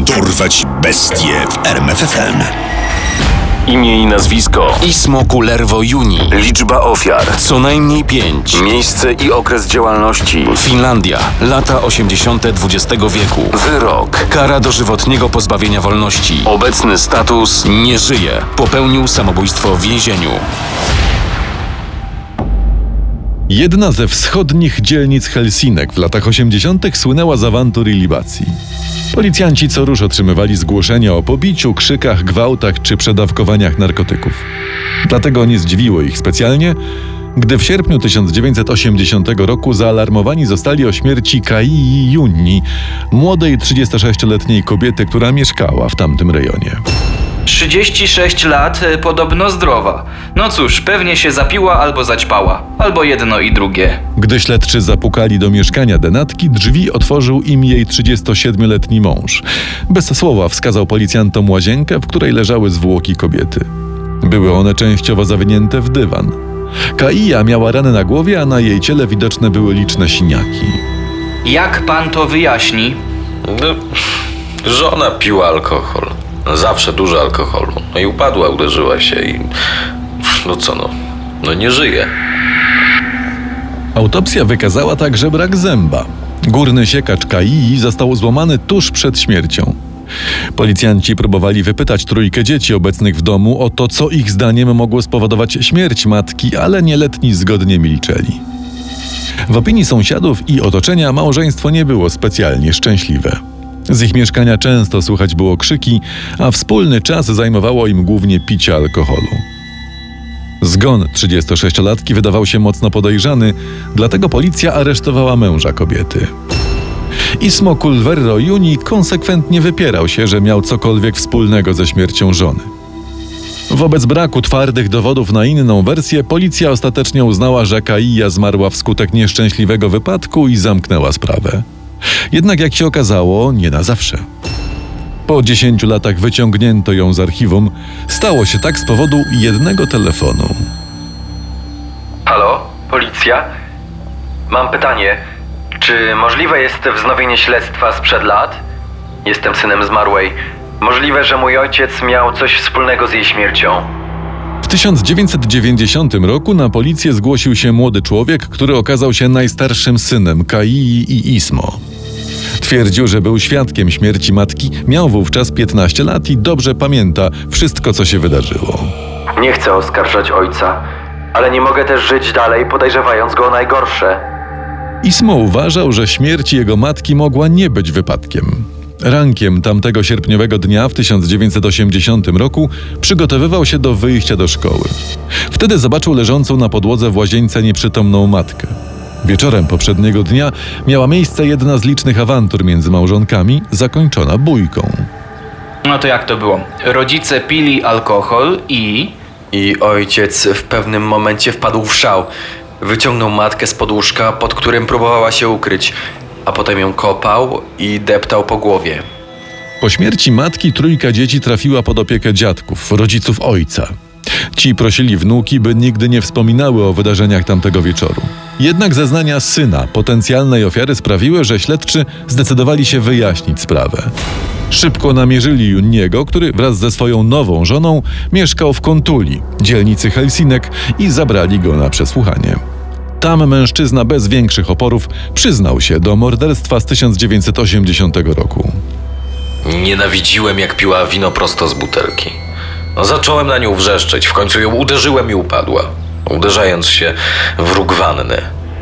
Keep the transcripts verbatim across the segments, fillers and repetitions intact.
Dorwać bestie w R M F F M. Imię i nazwisko: Ismo Kullervo Juni. Liczba ofiar: Co najmniej pięć. Miejsce i okres działalności: Finlandia, lata osiemdziesiąte dwudziestego wieku. Wyrok: Kara dożywotniego pozbawienia wolności. Obecny status: Nie żyje. Popełnił samobójstwo w więzieniu. Jedna ze wschodnich dzielnic Helsinek w latach osiemdziesiątych słynęła z awantur i libacji. Policjanci co rusz otrzymywali zgłoszenia o pobiciu, krzykach, gwałtach czy przedawkowaniach narkotyków. Dlatego nie zdziwiło ich specjalnie, gdy w sierpniu tysiąc dziewięćset osiemdziesiątego roku zaalarmowani zostali o śmierci Kaii Junni, młodej trzydziestosześcioletniej kobiety, która mieszkała w tamtym rejonie. trzydzieści sześć lat, podobno zdrowa. No cóż, pewnie się zapiła albo zaćpała. Albo jedno i drugie. Gdy śledczy zapukali do mieszkania denatki, drzwi otworzył im jej trzydziestosiedmioletni mąż. Bez słowa wskazał policjantom łazienkę, w której leżały zwłoki kobiety. Były one częściowo zawinięte w dywan. Kaija miała rany na głowie, a na jej ciele widoczne były liczne siniaki. Jak pan to wyjaśni? No, żona piła alkohol. Zawsze dużo alkoholu. No i upadła, uderzyła się i... No co no? No nie żyje. Autopsja wykazała także brak zęba. Górny siekacz Kaii został złamany tuż przed śmiercią. Policjanci próbowali wypytać trójkę dzieci obecnych w domu o to, co ich zdaniem mogło spowodować śmierć matki, ale nieletni zgodnie milczeli. W opinii sąsiadów i otoczenia małżeństwo nie było specjalnie szczęśliwe. Z ich mieszkania często słychać było krzyki, a wspólny czas zajmowało im głównie picie alkoholu. Zgon trzydziestosześciolatki wydawał się mocno podejrzany, dlatego policja aresztowała męża kobiety. Ismo Kullervo Juni konsekwentnie wypierał się, że miał cokolwiek wspólnego ze śmiercią żony. Wobec braku twardych dowodów na inną wersję, policja ostatecznie uznała, że Kaija zmarła wskutek nieszczęśliwego wypadku i zamknęła sprawę. Jednak jak się okazało, nie na zawsze. Po dziesięciu latach wyciągnięto ją z archiwum. Stało się tak z powodu jednego telefonu. Halo? Policja? Mam pytanie. Czy możliwe jest wznowienie śledztwa sprzed lat? Jestem synem zmarłej. Możliwe, że mój ojciec miał coś wspólnego z jej śmiercią. W tysiąc dziewięćset dziewięćdziesiątym roku na policję zgłosił się młody człowiek, który okazał się najstarszym synem Kaii i Ismo. Twierdził, że był świadkiem śmierci matki, miał wówczas piętnaście lat i dobrze pamięta wszystko, co się wydarzyło. Nie chcę oskarżać ojca, ale nie mogę też żyć dalej, podejrzewając go o najgorsze. Ismo uważał, że śmierć jego matki mogła nie być wypadkiem. Rankiem tamtego sierpniowego dnia w tysiąc dziewięćset osiemdziesiątym roku przygotowywał się do wyjścia do szkoły. Wtedy zobaczył leżącą na podłodze w łazience nieprzytomną matkę. Wieczorem poprzedniego dnia miała miejsce jedna z licznych awantur między małżonkami, zakończona bójką. No to jak to było? Rodzice pili alkohol i... I ojciec w pewnym momencie wpadł w szał. Wyciągnął matkę z łóżka, pod którym próbowała się ukryć, a potem ją kopał i deptał po głowie. Po śmierci matki trójka dzieci trafiła pod opiekę dziadków, rodziców ojca. Ci prosili wnuki, by nigdy nie wspominały o wydarzeniach tamtego wieczoru. Jednak zeznania syna, potencjalnej ofiary, sprawiły, że śledczy zdecydowali się wyjaśnić sprawę. Szybko namierzyli Juniego, który wraz ze swoją nową żoną mieszkał w Kontuli, dzielnicy Helsinek, i zabrali go na przesłuchanie. Tam mężczyzna bez większych oporów przyznał się do morderstwa z tysiąc dziewięćset osiemdziesiątego roku. Nienawidziłem, jak piła wino prosto z butelki. No, zacząłem na nią wrzeszczeć, w końcu ją uderzyłem i upadła, uderzając się w róg wanny.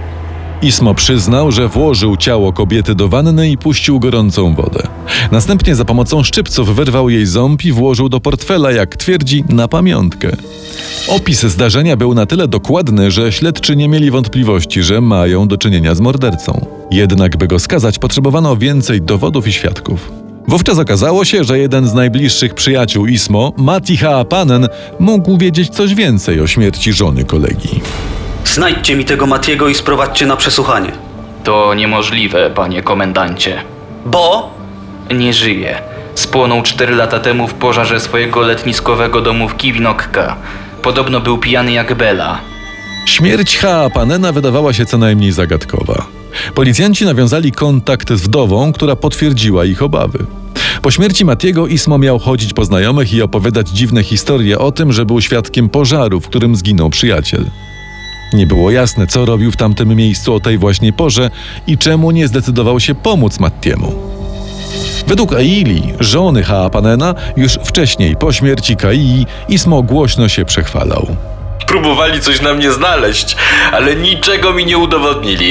Ismo przyznał, że włożył ciało kobiety do wanny i puścił gorącą wodę. Następnie za pomocą szczypców wyrwał jej ząb i włożył do portfela, jak twierdzi, na pamiątkę. Opis zdarzenia był na tyle dokładny, że śledczy nie mieli wątpliwości, że mają do czynienia z mordercą. Jednak by go skazać, potrzebowano więcej dowodów i świadków. Wówczas okazało się, że jeden z najbliższych przyjaciół Ismo, Matti Haapanen, mógł wiedzieć coś więcej o śmierci żony kolegi. Znajdźcie mi tego Mattiego i sprowadźcie na przesłuchanie. To niemożliwe, panie komendancie. Bo? Nie żyje. Spłonął cztery lata temu w pożarze swojego letniskowego domu w Kivinokka. Podobno był pijany jak Bela. Śmierć Haapanena wydawała się co najmniej zagadkowa. Policjanci nawiązali kontakt z wdową, która potwierdziła ich obawy. Po śmierci Matiego Ismo miał chodzić po znajomych i opowiadać dziwne historie o tym, że był świadkiem pożaru, w którym zginął przyjaciel. Nie było jasne, co robił w tamtym miejscu o tej właśnie porze i czemu nie zdecydował się pomóc Mattiemu. Według Aili, żony Haapanena, już wcześniej, po śmierci Kaii, Ismo głośno się przechwalał. Próbowali coś na mnie znaleźć, ale niczego mi nie udowodnili.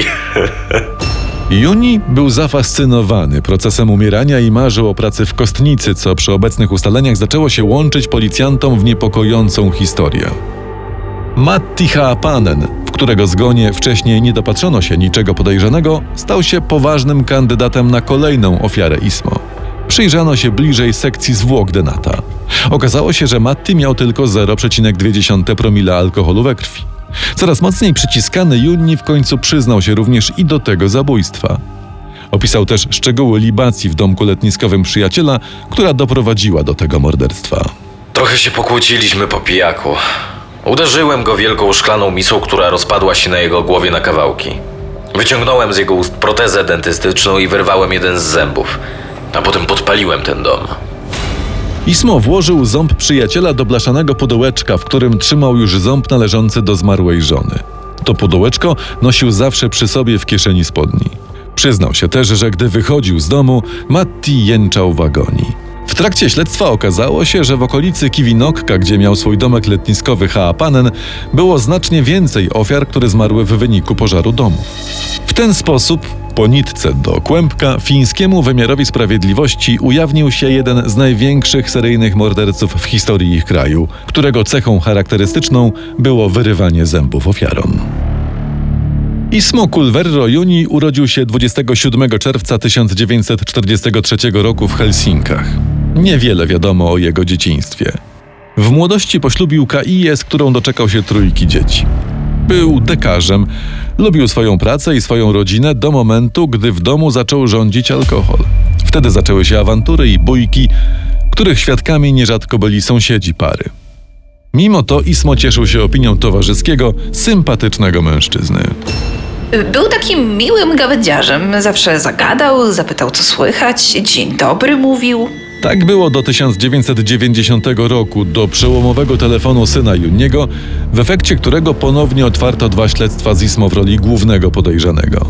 Juni był zafascynowany procesem umierania i marzył o pracy w kostnicy, co przy obecnych ustaleniach zaczęło się łączyć policjantom w niepokojącą historię. Matti Haapanen, w którego zgonie wcześniej nie dopatrzono się niczego podejrzanego, stał się poważnym kandydatem na kolejną ofiarę Ismo. Przyjrzano się bliżej sekcji zwłok Denata. Okazało się, że Matti miał tylko zero przecinek dwa promila alkoholu we krwi. Coraz mocniej przyciskany Junni w końcu przyznał się również i do tego zabójstwa. Opisał też szczegóły libacji w domku letniskowym przyjaciela, która doprowadziła do tego morderstwa. Trochę się pokłóciliśmy po pijaku. Uderzyłem go wielką szklaną misą, która rozpadła się na jego głowie na kawałki. Wyciągnąłem z jego ust protezę dentystyczną i wyrwałem jeden z zębów. A potem podpaliłem ten dom. Ismo włożył ząb przyjaciela do blaszanego pudełeczka, w którym trzymał już ząb należący do zmarłej żony. To pudełeczko nosił zawsze przy sobie w kieszeni spodni. Przyznał się też, że gdy wychodził z domu, Matti jęczał w agonii. W trakcie śledztwa okazało się, że w okolicy Kivinokka, gdzie miał swój domek letniskowy Haapanen, było znacznie więcej ofiar, które zmarły w wyniku pożaru domu. W ten sposób, po nitce do kłębka, fińskiemu wymiarowi sprawiedliwości ujawnił się jeden z największych seryjnych morderców w historii ich kraju, którego cechą charakterystyczną było wyrywanie zębów ofiarom. Ismo Kulverro Juni urodził się dwudziestego siódmego czerwca tysiąc dziewięćset czterdziestego trzeciego roku w Helsinkach. Niewiele wiadomo o jego dzieciństwie. W młodości poślubił Kaiję, z którą doczekał się trójki dzieci. Był dekarzem, lubił swoją pracę i swoją rodzinę do momentu, gdy w domu zaczął rządzić alkohol. Wtedy zaczęły się awantury i bójki, których świadkami nierzadko byli sąsiedzi pary. Mimo to Ismo cieszył się opinią towarzyskiego, sympatycznego mężczyzny. Był takim miłym gawędziarzem. Zawsze zagadał, zapytał co słychać, dzień dobry mówił. Tak było do tysiąc dziewięćset dziewięćdziesiątego roku, do przełomowego telefonu syna Junniego, w efekcie którego ponownie otwarto dwa śledztwa z Ismo w roli głównego podejrzanego.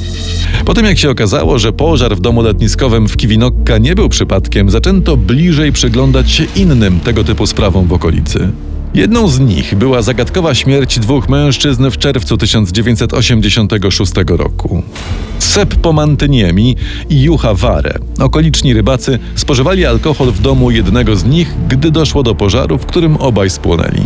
Po tym jak się okazało, że pożar w domu letniskowym w Kivinokka nie był przypadkiem, zaczęto bliżej przyglądać się innym tego typu sprawom w okolicy. Jedną z nich była zagadkowa śmierć dwóch mężczyzn w czerwcu tysiąc dziewięćset osiemdziesiątego szóstego roku. Seppo Mantyniemi i Juha Vare, okoliczni rybacy, spożywali alkohol w domu jednego z nich, gdy doszło do pożaru, w którym obaj spłonęli.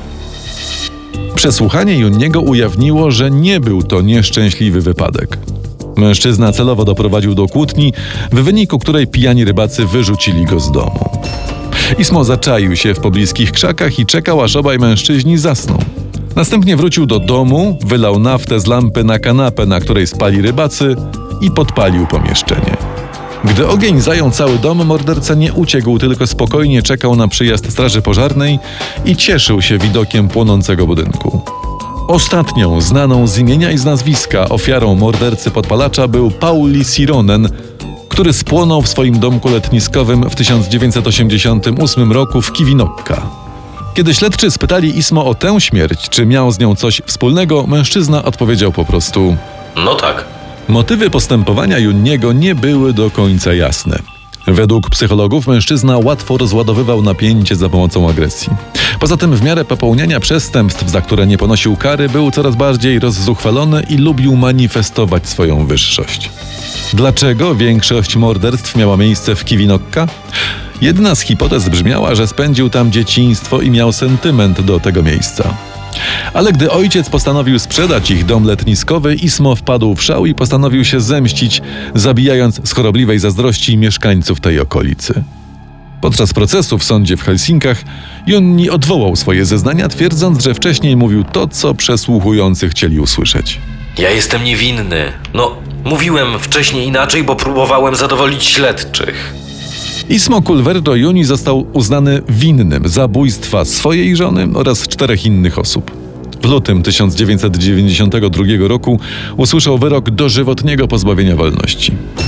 Przesłuchanie Junniego ujawniło, że nie był to nieszczęśliwy wypadek. Mężczyzna celowo doprowadził do kłótni, w wyniku której pijani rybacy wyrzucili go z domu. Ismo zaczaił się w pobliskich krzakach i czekał, aż obaj mężczyźni zasną. Następnie wrócił do domu, wylał naftę z lampy na kanapę, na której spali rybacy i podpalił pomieszczenie. Gdy ogień zajął cały dom, morderca nie uciekł, tylko spokojnie czekał na przyjazd straży pożarnej i cieszył się widokiem płonącego budynku. Ostatnią, znaną z imienia i z nazwiska ofiarą mordercy podpalacza był Pauli Sironen, który spłonął w swoim domku letniskowym w tysiąc dziewięćset osiemdziesiątym ósmym roku w Kivinokka. Kiedy śledczy spytali Ismo o tę śmierć, czy miał z nią coś wspólnego, mężczyzna odpowiedział po prostu: No tak. Motywy postępowania Junniego nie były do końca jasne. Według psychologów mężczyzna łatwo rozładowywał napięcie za pomocą agresji. Poza tym w miarę popełniania przestępstw, za które nie ponosił kary, był coraz bardziej rozzuchwalony i lubił manifestować swoją wyższość. Dlaczego większość morderstw miała miejsce w Kivinokka? Jedna z hipotez brzmiała, że spędził tam dzieciństwo i miał sentyment do tego miejsca. Ale gdy ojciec postanowił sprzedać ich dom letniskowy, Ismo wpadł w szał i postanowił się zemścić, zabijając z chorobliwej zazdrości mieszkańców tej okolicy. Podczas procesu w sądzie w Helsinkach Junni odwołał swoje zeznania, twierdząc, że wcześniej mówił to, co przesłuchujący chcieli usłyszeć. Ja jestem niewinny. No, mówiłem wcześniej inaczej, bo próbowałem zadowolić śledczych. Ismo Kulverro Juni został uznany winnym zabójstwa swojej żony oraz czterech innych osób. W lutym tysiąc dziewięćset dziewięćdziesiątego drugiego roku usłyszał wyrok dożywotniego pozbawienia wolności. W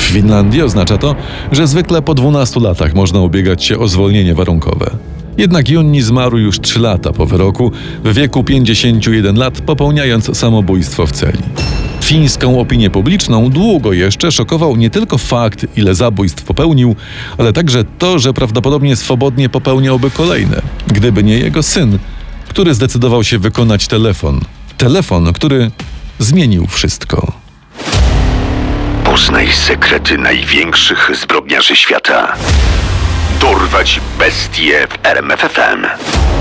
W Finlandii oznacza to, że zwykle po dwunastu latach można ubiegać się o zwolnienie warunkowe. Jednak Junni zmarł już trzy lata po wyroku, w wieku pięćdziesięciu jeden lat, popełniając samobójstwo w celi. Fińską opinię publiczną długo jeszcze szokował nie tylko fakt, ile zabójstw popełnił, ale także to, że prawdopodobnie swobodnie popełniałby kolejne, gdyby nie jego syn, który zdecydował się wykonać telefon. Telefon, który zmienił wszystko. Poznaj sekrety największych zbrodniarzy świata. Dorwać bestie w R M F F M.